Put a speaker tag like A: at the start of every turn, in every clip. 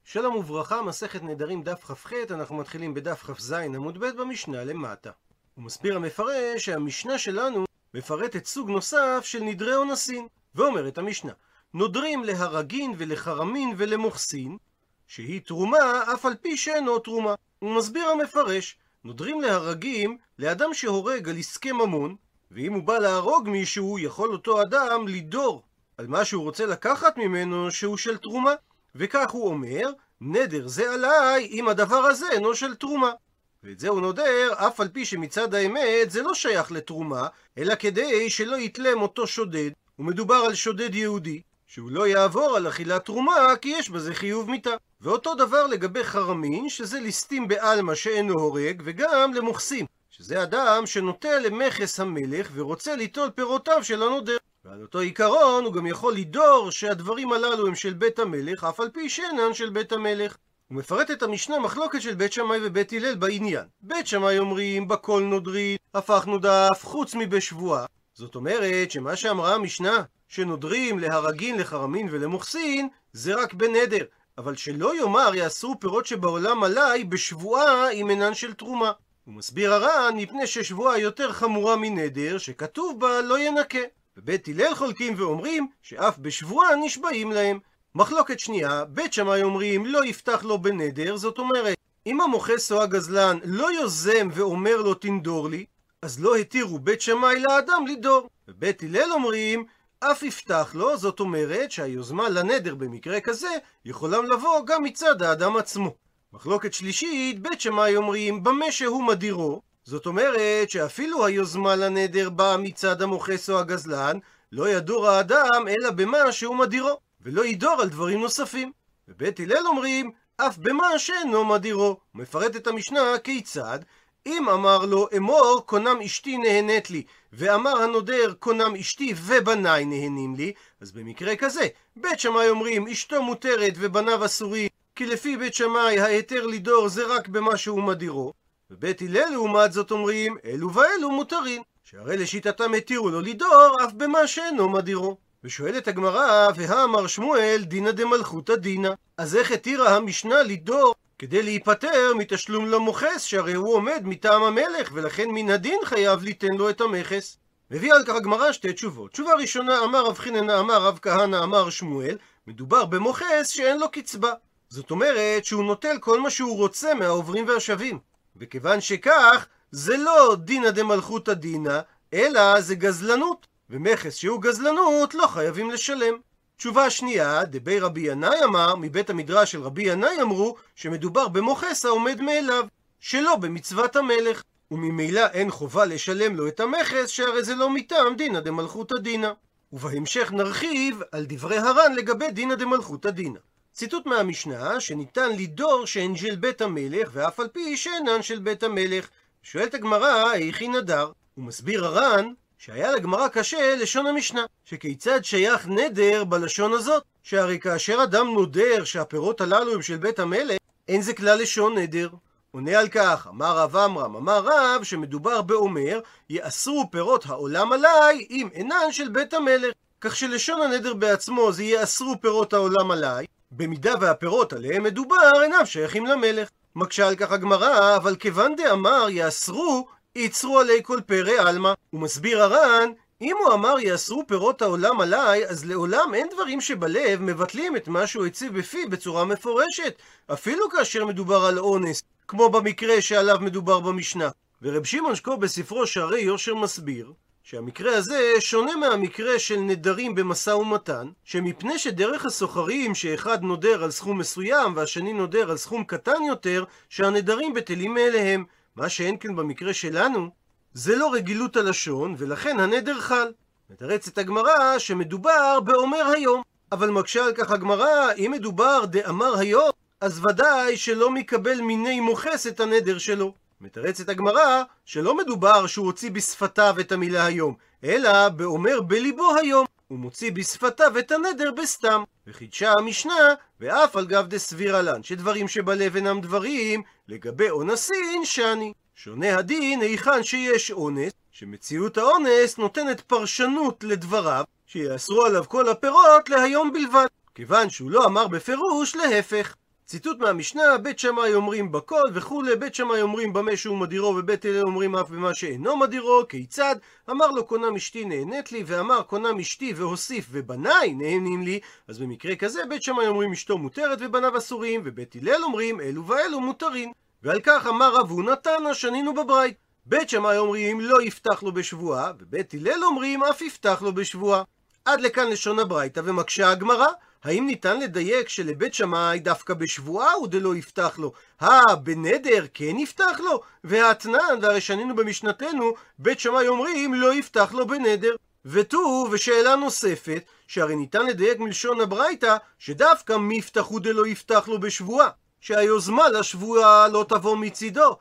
A: שלום וברכה, מסכת נדרים דף כ"ח, אנחנו מתחילים בדף כ"ז עמוד ב' במשנה למטה. הוא מסביר המפרש שהמשנה שלנו מפרטת סוג נוסף של נדרי אונסין, ואומרת המשנה, נודרים להרגין ולחרמין ולמוחסין, שהיא תרומה אף על פי שאינו תרומה. הוא מסביר המפרש, נודרים להרגים לאדם שהורג על עסקי ממון, ואם הוא בא להרוג מישהו, יכול אותו אדם לדור על מה שהוא רוצה לקחת ממנו שהוא של תרומה. וכך הוא אומר, נדר זה עליי אם הדבר הזה אינו של תרומה. ואת זה הוא נודר אף על פי שמצד האמת זה לא שייך לתרומה, אלא כדי שלא יתלם אותו שודד, ומדובר על שודד יהודי, שהוא לא יעבור על אכילת תרומה כי יש בזה חיוב מיתה. ואותו דבר לגבי חרמין, שזה ליסטים בעלמא שאינו הורג, וגם למוחסין, שזה אדם שנוטה למכס המלך ורוצה ליטול פירותיו של הנודר. ועל אותו עיקרון הוא גם יכול לדור שהדברים הללו הם של בית המלך, אף על פי שאינן של בית המלך. הוא מפרט את המשנה מחלוקת של בית שמאי ובית הלל בעניין. בית שמאי אומרים בכל נודרין, הפכנו דף חוץ מבשבועה. זאת אומרת שמה שאמרה המשנה, שנודרים להרגין, לחרמין ולמוחסין, זה רק בנדר, אבל שלא יאמר יעשו פירות שבעולם עליי בשבועה אם אינן של תרומה. הוא מסביר הר"ן מפני ששבועה יותר חמורה מנדר, שכתוב בה לא ינקה. בבית הלל חולקים ואומרים שאף בשבועה נשבעים להם. מחלוקת שנייה, בית שמאי אומרים לא יפתח לו בנדר, זאת אומרת, אם המוכס או הגזלן לא יוזם ואומר לו תנדור לי, אז לא התירו בית שמאי לאדם לדור. בבית הלל אומרים אף יפתח לו, זאת אומרת שהיוזמה לנדר במקרה כזה יכולה לבוא גם מצד האדם עצמו. מחלוקת שלישית, בית שמאי אומרים במה שהוא מדירו, זאת אומרת שאפילו היוזמה לנדר באה מצד המוכס או הגזלן, לא ידור האדם אלא במה שהוא מדירו, ולא ידור על דברים נוספים. ובית הלל אומרים אף במה שאינו מדירו. מפרט את המשנה כיצד, אם אמר לו אמור קונם אשתי נהנית לי, ואמר הנודר קונם אשתי ובניי נהנים לי, אז במקרה כזה בית שמאי אומרים אשתו מותרת ובניו אסורים, כי לפי בית שמאי ההיתר לדור זה רק במה שהוא מדירו. ובית הלל לעומת זאת אומרים אלו ואלו מותרים, שהרי לשיטתם התירו לו לדור אף במה שאינו מדירו. ושואלת הגמרא, והאמר שמואל דינא דמלכותא דינא, אז איך התירה המשנה לדור? כדי להיפטר מתשלום למוכס, שהרי הוא עומד מטעם המלך, ולכן מן הדין חייב ליתן לו את המכס. מביא על כך הגמרא שתי תשובות. תשובה ראשונה, אמר רב חיננה אמר רב כהנא אמר שמואל, מדובר במוכס שאין לו קצבה, זאת אומרת שהוא נוטל כל מה שהוא רוצה מהעוברים והשבים, וכיוון שכך זה לא דינא דמלכותא דינא, אלא זה גזלנות, ומכס שהוא גזלנות לא חייבים לשלם. תשובה שנייה, דבי רבי ינאי אמר, מבית המדרש של רבי ינאי אמרו שמדובר במוכס העומד מאליו, שלא במצוות המלך, וממילא אין חובה לשלם לו את המכס, שהרי זה לא מטעם דינא דמלכותא דינא. ובהמשך נרחיב על דברי הר"ן לגבי דינא דמלכותא דינא. ציטוט מהמשנה שניתן לדור שהן של בית המלך ואף על פי שאינן של בית המלך. שואלת הגמרא היכי נדר? הוא מסביר הר"ן שהיה לגמרא קשה לשון המשנה, שכיצד שייך נדר בלשון הזאת, שהרי כאשר אדם נודר שהפירות הללו הם של בית המלך, אין זה כלל לשון נדר. עונה על כך, אמר רב עמרם, אמר רב שמדובר באומר, יאסרו פירות העולם עליי אם אינן של בית המלך. כך שלשון הנדר בעצמו זה יאסרו פירות העולם עליי, במידה והפירות עליהם מדובר אינם שייכים למלך. מקשה על כך הגמרא, אבל כיוון דאמר יאסרו, יצרו עלי כל פרא עלמא. הוא מסביר הר"ן, אם הוא אמר יאסרו פירות העולם עליי, אז לעולם אין דברים שבלב מבטלים את מה שהוא הציב בפי בצורה מפורשת, אפילו כאשר מדובר על אונס, כמו במקרה שעליו מדובר במשנה. ורב שמעון שקור בספרו שערי יושר מסביר שהמקרה הזה שונה מהמקרה של נדרים במשא ומתן, שמפני שדרך הסוחרים שאחד נודר על סכום מסוים והשני נודר על סכום קטן יותר, שהנדרים בטלים מאליהם. מה שאין כן במקרה שלנו, זה לא רגילות הלשון, ולכן הנדר חל. מתרצת הגמרא שמדובר באומר היום, אבל מקשה על כך הגמרא, אם מדובר דאמר היום, אז ודאי שלא מקבל מיני מוכס את הנדר שלו. מתרצת הגמרא שלא מדובר שהוא הוציא בשפתיו את המילה היום, אלא באומר בליבו היום, הוא מוציא בשפתיו את הנדר בסתם. וחידשה המשנה, ואף על גב דסבירא לן, שדברים שבלב אינם דברים, לגבי אונסין שני. שונה הדין היכן שיש אונס, שמציאות האונס נותנת פרשנות לדבריו, שיאסרו עליו כל הפירות להיום בלבד, כיוון שהוא לא אמר בפירוש להפך. ציטוט מהמשנה, בית שמאי אומרים בכל וכולי, בית שמאי אומרים במה שהוא מדירו ובית הלל אומרים אף במה שאינו מדירו, כיצד? אמר לו קונם אשתי נהנית לי, ואמר קונם אשתי והוסיף ובניי נהנים לי, אז במקרה כזה בית שמאי אומרים אשתו מותרת ובניו אסורים, ובית הלל אומרים אלו ואלו מותרים. ועל כך אמר רב הונא תנא שנינו בברייתא. בית שמאי אומרים לא יפתח לו בשבועה, ובית הלל אומרים אף יפתח לו בשבועה. עד לכאן לשון הברייתא, ומקשה הגמרא, האם ניתן לדייק שלבית שמאי דווקא בשבועה ודלא יפתח לו? בנדר כן יפתח לו? והאתנן, והרי שנינו במשנתנו, בית שמאי אומרים לא יפתח לו בנדר. ושאלה נוספת, שהרי ניתן לדייק מלשון הברייתא, שדווקא מפתח ודלא יפתח לו בשבועה, שהיוזמה לשבועה לא תבוא מצידו.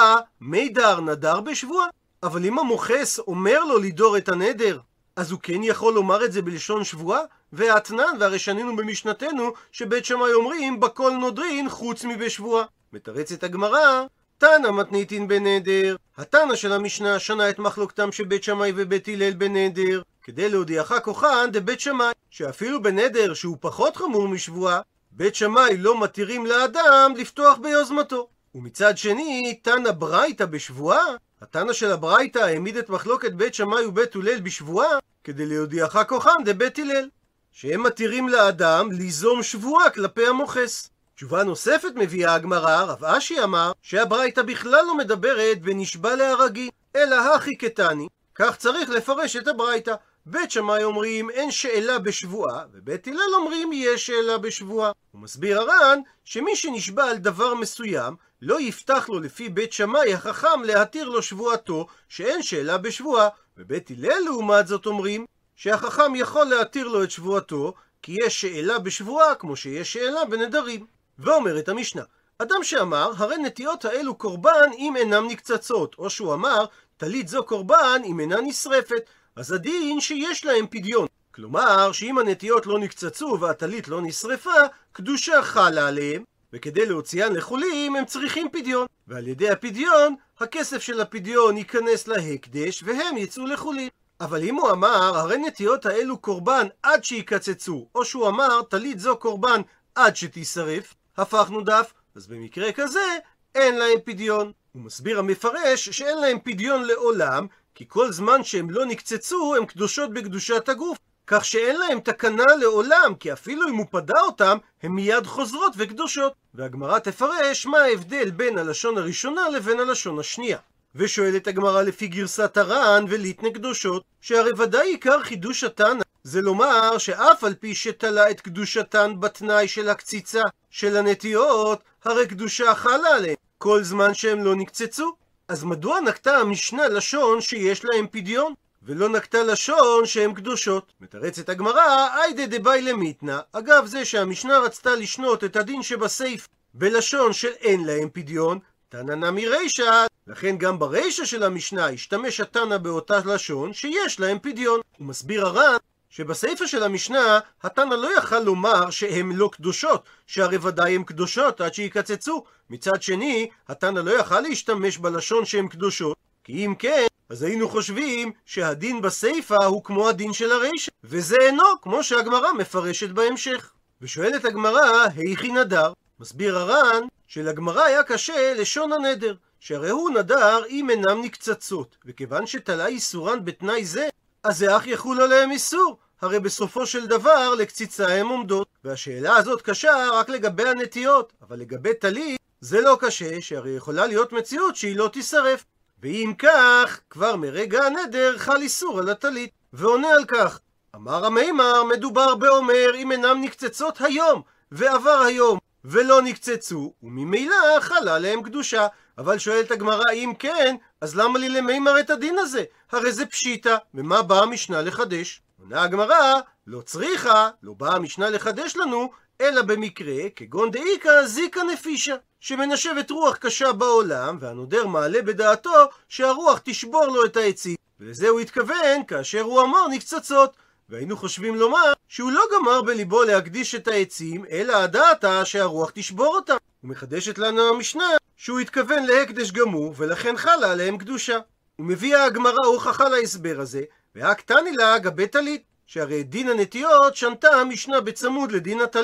A: מידר נדר בשבועה? אבל אם המוכס אומר לו לדור את הנדר, אז הוא כן יכול לומר את זה בלשון שבועה? והאתנן, והרי שנינו במשנתנו שבית שמאי אומרים בכל נודרין חוץ מבשבועה. מתרצת הגמרא, תנא מתניתין בנדר. התנא של המשנה שנה את מחלוקתם של בית שמאי ובית הלל בנדר, כדי להודיעך כוחן דבית שמאי, שאפילו בנדר שהוא פחות חמור משבועה, בית שמאי לא מתירים לאדם לפתוח ביוזמתו. ומצד שני, תנא ברייתא בשבועה, התנא של הברייתא העמיד את מחלוקת בית שמאי ובית הלל בשבועה, כדי להודיעך כוחן דבית הלל, שהם מתירים לאדם ליזום שבועה כלפי המוכס. תשובה נוספת מביאה הגמרא, רב אשי אמר שהברייתא בכלל לא מדברת בנשבע להרגי, אלא הכי קטני. כך צריך לפרש את הברייתא. בית שמאי אומרים אין שאלה בשבועה, ובית הלל אומרים יש שאלה בשבועה. הוא מסביר הר"ן שמי שנשבע על דבר מסוים, לא יפתח לו לפי בית שמאי החכם להתיר לו שבועתו, שאין שאלה בשבועה, ובית הלל לעומת זאת אומרים שהחכם יכול להתיר לו את שבועתו, כי יש שאלה בשבועה כמו שיש שאלה בנדרים. ואומרת המשנה, אדם שאמר הרי נטיות האלו קורבן אם אינם נקצצות, או שהוא אמר טלית זו קורבן אם אינה נשרפת, אז הדין שיש להם פדיון. כלומר שאם הנטיות לא נקצצו והטלית לא נשרפה, קדושה חלה עליהם, וכדי להוציאן לחולים הם צריכים פדיון, ועל ידי הפדיון הכסף של הפדיון ייכנס להקדש והם יצאו לחולים. אבל אם הוא אמר הרי נטיות האלו קורבן עד שיקצצו, או שהוא אמר טלית זו קורבן עד שתישרף, הפכנו דף, אז במקרה כזה אין להם פדיון. הוא מסביר המפרש שאין להם פדיון לעולם, כי כל זמן שהם לא נקצצו הם קדושות בקדושת הגוף, כך שאין להם תקנה לעולם, כי אפילו אם הוא פדה אותם הם מיד חוזרות וקדושות. והגמרא תפרש מה ההבדל בין הלשון הראשונה לבין הלשון השנייה. ושואלת הגמרא לפי גרסת הר"ן וליטני קדושות, שהרי ודאי עיקר חידוש התנא זה לומר שאף על פי שתלה את קדושתן בתנאי של הקציצה של הנטיות, הרי קדושה חלה עליהם כל זמן שהם לא נקצצו. אז מדוע נקטה המשנה לשון שיש להם פדיון, ולא נקטה לשון שהם קדושות? מתרצת הגמרא, איידה דבאי למיתנא, אגב זה שהמשנה רצתה לשנות את הדין שבסעיף בלשון של אין להם פדיון, תנא נמי רישא, לכן גם ברישא של המשנה השתמש התנא באותה לשון שיש להם פדיון. הוא מסביר הר"ן שבסעיפה של המשנה התנא לא יכל לומר שהן לא קדושות, שהרי ודאי הן קדושות עד שיקצצו. מצד שני, התנא לא יכל להשתמש בלשון שהן קדושות, כי אם כן, אז היינו חושבים שהדין בסעיפה הוא כמו הדין של הרישא, וזה אינו, כמו שהגמרא מפרשת בהמשך. ושואלת הגמרא, היכי נדר? מסביר הר"ן שלגמרא היה קשה לשון הנדר, שהרי הוא נדר אם אינם נקצצות, וכיוון שתלה איסורן בתנאי זה, אז זה אך יחול עליהם איסור, הרי בסופו של דבר לקציצה הם עומדות. והשאלה הזאת קשה רק לגבי הנטיות, אבל לגבי טלית זה לא קשה, שהרי יכולה להיות מציאות שהיא לא תישרף. ואם כך, כבר מרגע הנדר חל איסור על הטלית. ועונה על כך, אמר המימר, מדובר באומר אם אינם נקצצות היום, ועבר היום, ולא נקצצו, וממילא חלה עליהם קדושה. אבל שואלת הגמרא, אם כן, אז למה לי למימר את הדין הזה? הרי זה פשיטה, ומה באה המשנה לחדש? עונה הגמרא, לא צריכה, לא באה המשנה לחדש לנו, אלא במקרה, כגון דאיקה זיקה נפישה, שמנשבת רוח קשה בעולם, והנודר מעלה בדעתו שהרוח תשבור לו את העצים, ולזה הוא התכוון כאשר הוא אמר נקצצות. והיינו חושבים לומר שהוא לא גמר בליבו להקדיש את העצים, אלא הדעתה שהרוח תשבור אותם. ומחדשת לנו המשנה שהוא התכוון להקדש גמור, ולכן חלה עליהם קדושה. ומביאה הגמרא הוכחה להסבר הזה, והקטני לה גבי טלית, שהרי דין הנטיות שנתה המשנה בצמוד לדין הטלית,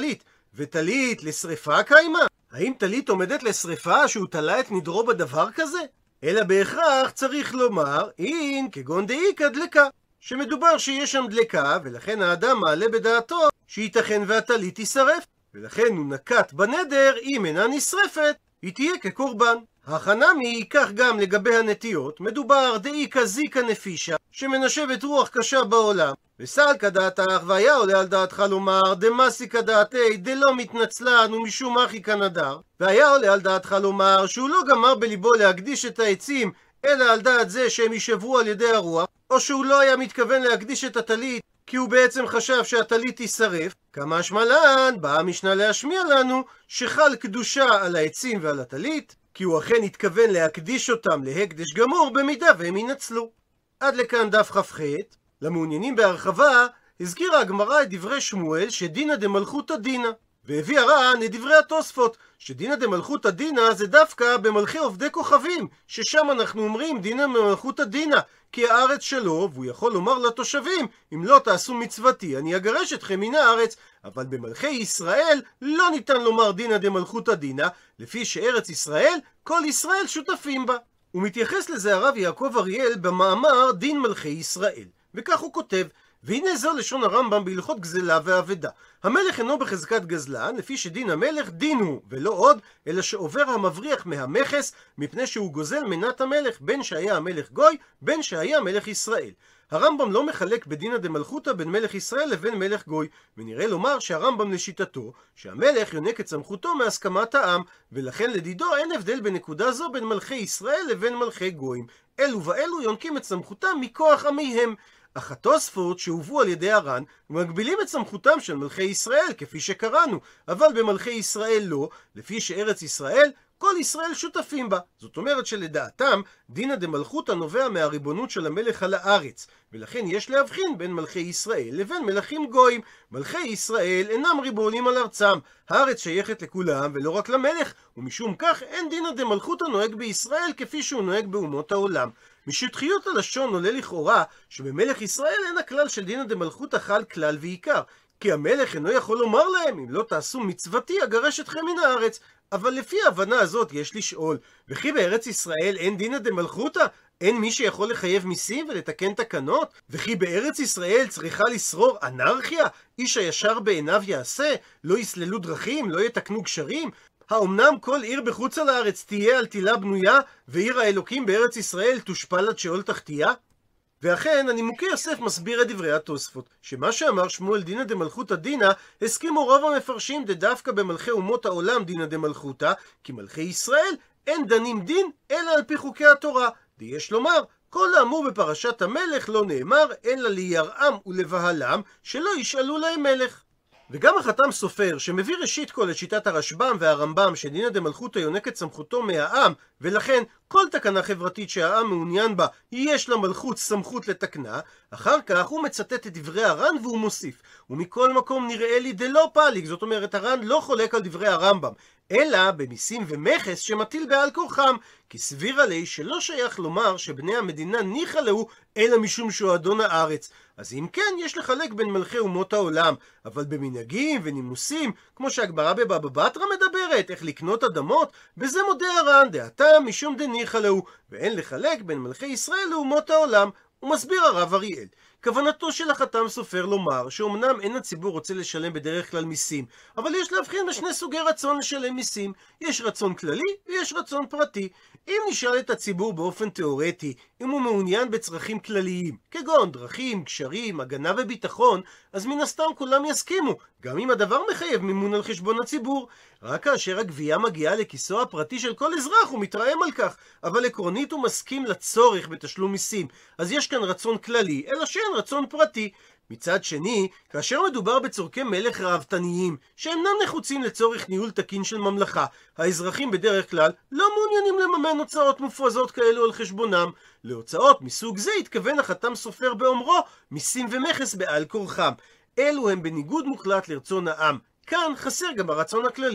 A: וטלית לשריפה קיימה? האם טלית עומדת לשריפה שהוא תלה את נדרו בדבר כזה? אלא בהכרח צריך לומר, אין כגון דאיקה דלקה, שמדובר שיש שם דלקה, ולכן האדם מעלה בדעתו שייתכן והטלית תישרף, ולכן הוא נקט בנדר, אם אינה נשרפת, היא תהיה כקורבן. החנמי ייקח גם לגבי הנטיות, מדובר דאיקה זיקה נפישה, שמנשבת רוח קשה בעולם, וסלקא דעתך, והיה עולה על דעתך לומר, דמסיקא דעתי, דלא מתנצלן ומשום אחי כנדר, והיה עולה על דעתך לומר, שהוא לא גמר בליבו להקדיש את העצים, אלא על דעת זה שהם יישברו על ידי הרוח, או שהוא לא היה מתכוון להקדיש את הטלית, כי הוא בעצם חשב שהטלית תישרף, כמה שמלן, באה המשנה להשמיע לנו, שחל קדושה על העצים ועל הטלית, כי הוא אכן התכוון להקדיש אותם להקדש גמור במידה והם ינצלו. עד לכאן דף כ"ח. למעוניינים בהרחבה, הזכירה הגמרא את דברי שמואל שדינא דמלכותא דינא, והביאה ר"ן את דברי התוספות שדינא דמלכותא דינא זה דווקא במלכי עובדי כוכבים, ששם אנחנו אומרים דינא דמלכותא דינא, כי הארץ שלו, והוא יכול לומר לתושבים, אם לא תעשו מצוותי אני אגרש אתכם מן הארץ. אבל במלכי ישראל לא ניתן לומר דינא דמלכותא דינא, לפי שארץ ישראל כל ישראל שותפים בה. הוא מתייחס לזה הרב יעקב אריאל במאמר דין מלכי ישראל, וכך הוא כותב, והנה זו לשון הרמב"ם בהלכות גזלה ואבדה. המלך אינו בחזקת גזלן, לפי שדין המלך דין הוא, ולא עוד, אלא שעובר המבריח מהמכס, מפני שהוא גוזל מנת המלך, בין שהיה המלך גוי, בין שהיה מלך ישראל. הרמב"ם לא מחלק בדינא דמלכותא בין מלך ישראל לבין מלך גוי, ונראה לומר שהרמב"ם לשיטתו, שהמלך יונק את סמכותו מהסכמת העם, ולכן לדידו אין הבדל בנקודה זו בין מלכי ישראל לבין מלכי גויים. אלו ואלו יונקים את סמכותם מכוח עמיהם. אך התוספות שהובאו על ידי הר"ן מגבילים את סמכותם של מלכי ישראל כפי שקראנו, אבל במלכי ישראל לא, לפי שארץ ישראל כל ישראל שותפים בה. זאת אומרת שלדעתם דינא דמלכותא נובע מהריבונות של המלך על הארץ, ולכן יש להבחין בין מלכי ישראל לבין מלכים גויים. מלכי ישראל אינם ריבונים על ארצם, הארץ שייכת לכולם ולא רק למלך, ומשום כך אין דינא דמלכותא נוהג בישראל כפי שהוא נוהג באומות העולם. משטחיות הלשון עולה לכאורה שבמלך ישראל אין הכלל של דינא דמלכותא חל כלל ועיקר, כי המלך אינו יכול לומר להם אם לא תעשו מצוותי אגרש אתכם מן הארץ. אבל לפי ההבנה הזאת יש לשאול, וכי בארץ ישראל אין דינא דמלכותא? אין מי שיכול לחייב מיסים ולתקן תקנות? וכי בארץ ישראל צריכה לשרור אנרכיה? איש הישר בעיניו יעשה? לא יסללו דרכים? לא יתקנו גשרים? האומנם כל עיר בחוץ על הארץ תהיה על תילה בנויה, ועיר האלוקים בארץ ישראל תושפל עד שאול תחתיה? ואכן הנימוקי יוסף מסביר את דברי התוספות, שמה שאמר שמואל דינא דמלכותא דינא, הסכימו רוב המפרשים דווקא במלכי אומות העולם דינא דמלכותא, כי מלכי ישראל אין דנים דין אלא על פי חוקי התורה. יש לומר, כל האמור בפרשת המלך לא נאמר אלא ליראם ולבהלם שלא ישאלו להם מלך. וגם החתם סופר, שמביא ראשית כל את שיטת הרשב"ם והרמב"ם שדינא דמלכותא יונק את סמכותו מהעם, ולכן כל תקנה חברתית שהעם מעוניין בה יש למלכות סמכות לתקנה, אחר כך הוא מצטט את דברי הר"ן והוא מוסיף, ומכל מקום נראה לי דלא פליג, זאת אומרת הר"ן לא חולק על דברי הרמב"ם, אלא במיסים ומכס שמטיל בעל כורחם, כי סביר עלי שלא שייך לומר שבני המדינה ניחא להו אלא משום שהוא אדון הארץ. אז אם כן יש לחלק בין מלכי אומות העולם, אבל במנהגים ונימוסים, כמו שהגמרא בבבא בתרא מדברת, איך לקנות אדמות, בזה מודה הר"ן דעתם משום דניחא להו, ואין לחלק בין מלכי ישראל לאומות העולם. ומסביר הרב אריאל, כוונתו של החתם סופר לומר שאומנם אין הציבור רוצה לשלם בדרך כלל מיסים, אבל יש להבחין בשני סוגי רצון לשלם מיסים, יש רצון כללי ויש רצון פרטי. אם נשאל את הציבור באופן תיאורטי אם הוא מעוניין בצרכים כלליים, כגון דרכים, קשרים, הגנה וביטחון, אז מן הסתם כולם יסכימו, גם אם הדבר מחייב מימון על חשבון הציבור. רק כאשר הגבייה מגיעה לכיסו הפרטי של כל אזרח הוא מתרעם על כך, אבל עקרונית הוא מסכים לצורך בתשלום מיסים. אז יש כאן רצון כללי, אלא שאין רצון פרטי. מצד שני, כאשר מדובר בצורכי מלך ראוותניים, שאינם נחוצים לצורך ניהול תקין של ממלכה, האזרחים בדרך כלל לא מעוניינים לממן הוצאות מופרזות כאלו על חשבונם. להוצאות מסוג זה התכוון החתם סופר באומרו מיסים ומכס בעל כורחם. אלו הם בניגוד מוחלט לרצון העם. כאן חסר גם הרצון הכללי.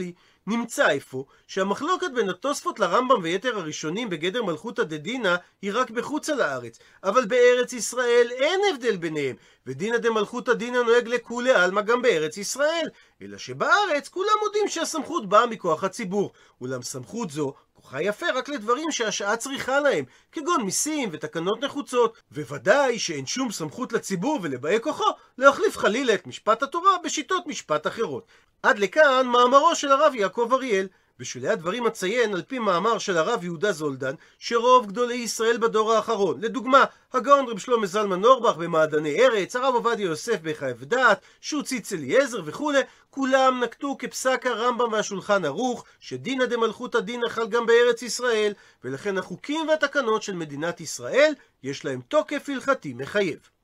A: נמצא אפוא שהמחלוקת בין התוספות לרמב"ם ויתר הראשונים בגדר מלכותא דדינא היא רק בחוצה לארץ, אבל בארץ ישראל אין הבדל ביניהם, ודינא דמלכותא דינא נוהג לכולי עלמא גם בארץ ישראל, אלא שבארץ כולם מודים שהסמכות באה מכוח הציבור, אולם סמכות זו כוחה יפה רק לדברים שהשעה צריכה להם, כגון מיסים ותקנות נחוצות, וודאי שאין שום סמכות לציבור ולבאי כוחו להחליף חלילה את משפט התורה בשיטות משפט אחרות. עד לכאן מאמרו של הרב יעקב אריאל. בשולי הדברים אציין על פי מאמר של הרב יהודה זולדן שרוב גדולי ישראל בדור האחרון, לדוגמה הגאון רב שלמה זלמן אורבך במעדני ארץ, הרב עובדיה יוסף בחייב דעת, שוציץ אליעזר וכו', כולם נקטו כפסק הרמב"ם והשולחן ערוך שדינא דמלכותא דינא חל גם בארץ ישראל, ולכן החוקים והתקנות של מדינת ישראל יש להם תוקף הלכתי מחייב.